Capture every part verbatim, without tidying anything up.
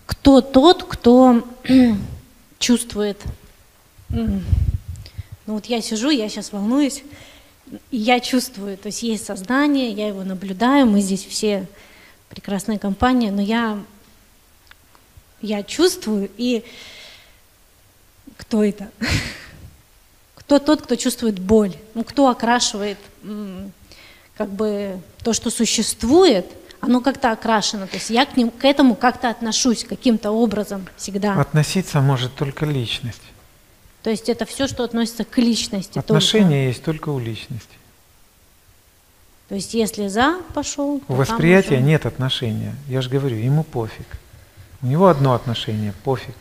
кто тот, кто чувствует. Ну вот я сижу, я сейчас волнуюсь, и я чувствую, то есть есть сознание, я его наблюдаю, мы здесь все прекрасная компания, но я, я чувствую, и кто это? Кто тот, кто чувствует боль? Ну, кто окрашивает как бы то, что существует, оно как-то окрашено. То есть я к, ним, к этому как-то отношусь каким-то образом всегда. Относиться может только личность. То есть это все, что относится к личности. Отношения только. есть только у личности. То есть если за пошел, у восприятия уже... нет отношения. Я же говорю, ему пофиг. У него одно отношение – пофиг.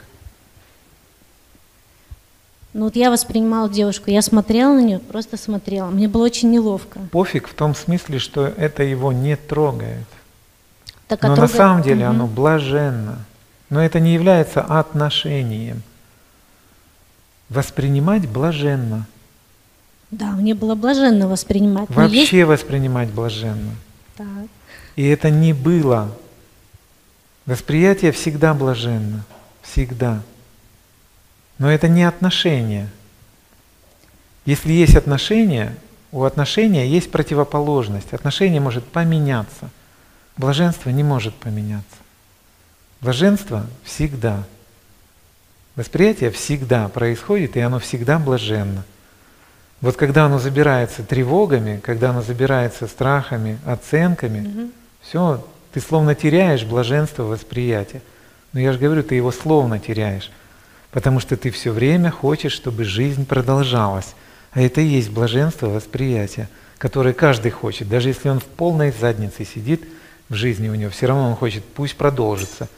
Ну вот я воспринимала девушку, я смотрела на нее, просто смотрела. Мне было очень неловко. Пофиг в том смысле, что это его не трогает. Так, Но а на трогает... самом деле угу. оно блаженно. Но это не является отношением. Воспринимать блаженно. Да, мне было блаженно воспринимать. Вообще есть... воспринимать блаженно. Так. И это не было. Восприятие всегда блаженно. Всегда. Но это не отношения. Если есть отношения, у отношения есть противоположность. Отношение может поменяться. Блаженство не может поменяться. Блаженство всегда. Восприятие всегда происходит, и оно всегда блаженно. Вот когда оно забирается тревогами, когда оно забирается страхами, оценками, угу. все, ты словно теряешь блаженство восприятия. Но я же говорю, ты его словно теряешь. Потому что ты все время хочешь, чтобы жизнь продолжалась. А это и есть блаженство восприятия, которое каждый хочет. Даже если он в полной заднице сидит в жизни у него, все равно он хочет, пусть продолжится.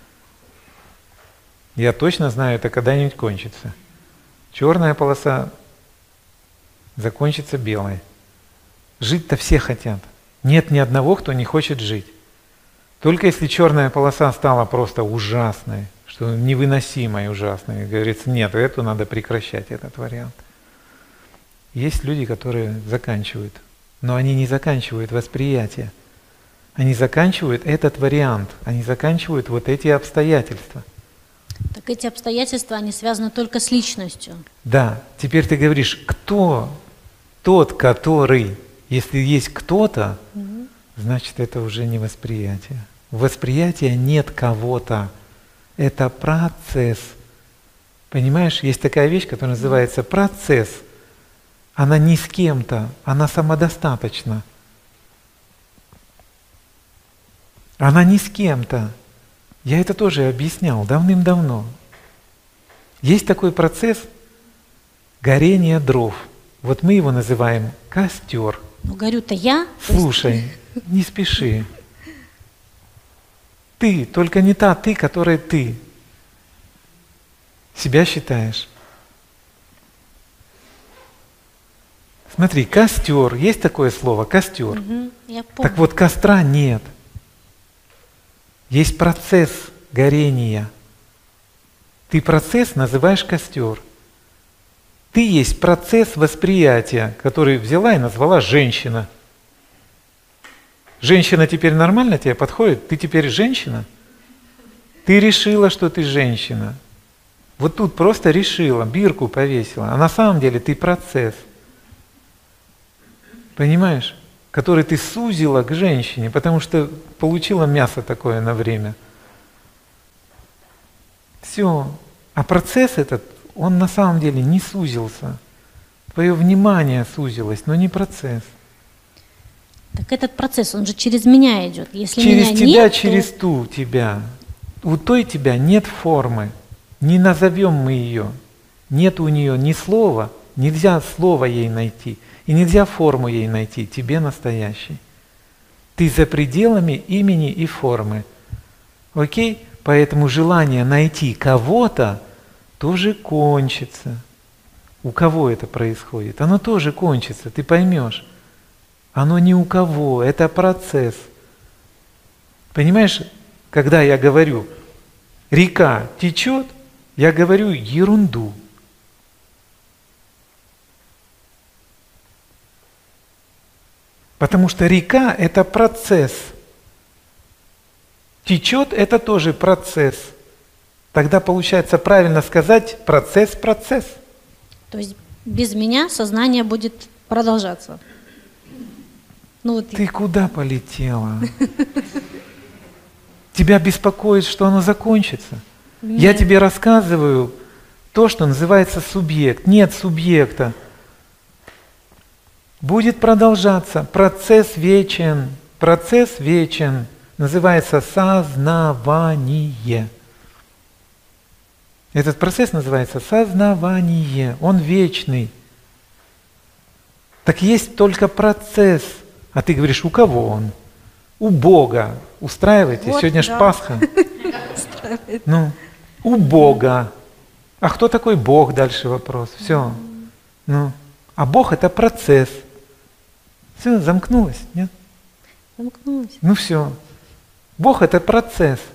Я точно знаю, это когда-нибудь кончится. Черная полоса закончится белой. Жить-то все хотят. Нет ни одного, кто не хочет жить. Только если черная полоса стала просто ужасной, что невыносимой, ужасной, говорится, нет, эту надо прекращать, этот вариант. Есть люди, которые заканчивают, но они не заканчивают восприятие. Они заканчивают этот вариант, они заканчивают вот эти обстоятельства. Так эти обстоятельства, они связаны только с личностью. Да, теперь ты говоришь, кто тот, который, если есть кто-то, угу. значит это уже не восприятие. В восприятии нет кого-то. Это процесс. Понимаешь, есть такая вещь, которая называется процесс. Она не с кем-то, она самодостаточна. Она не с кем-то. Я это тоже объяснял давным-давно. Есть такой процесс горения дров. Вот мы его называем костер. Ну, горю-то я. Слушай, не спеши. Ты, только не та ты, которая ты себя считаешь. Смотри, костер, есть такое слово, костер. Угу, я помню. Так вот, костра нет. Есть процесс горения. Ты процесс называешь костер. Ты есть процесс восприятия, который взяла и назвала женщина. Женщина теперь нормально тебе подходит? Ты теперь женщина? Ты решила, что ты женщина. Вот тут просто решила, бирку повесила. А на самом деле ты процесс. Понимаешь? Который ты сузила к женщине, потому что получила мясо такое на время. Все. А процесс этот, он на самом деле не сузился. Твое внимание сузилось, но не процесс. Так этот процесс, он же через меня идет. Если через меня тебя, нет, через то... ту тебя. У той тебя нет формы. Не назовем мы ее. Нет у нее ни слова, нельзя слова ей найти. И нельзя форму ей найти, тебе настоящей. Ты за пределами имени и формы. Окей? Поэтому желание найти кого-то тоже кончится. У кого это происходит? Оно тоже кончится, ты поймешь. Оно ни у кого, это процесс. Понимаешь, когда я говорю, река течет, я говорю ерунду. Потому что река – это процесс. Течет – это тоже процесс. Тогда получается правильно сказать процесс-процесс. То есть без меня сознание будет продолжаться. Ну, вот Ты куда полетела? Тебя беспокоит, что оно закончится? Я Нет. тебе рассказываю то, что называется субъект. Нет субъекта. Будет продолжаться. Процесс вечен. Процесс вечен. Называется сознавание. Этот процесс называется сознавание. Он вечный. Так есть только процесс. А ты говоришь, у кого он? У Бога. Устраиваете? Вот, Сегодня ж да. Пасха. Ну, у Бога. А кто такой Бог? Дальше вопрос. Все. Ну, а Бог это процесс. Все, замкнулось, нет? Замкнулась. Ну все. Бог это процесс.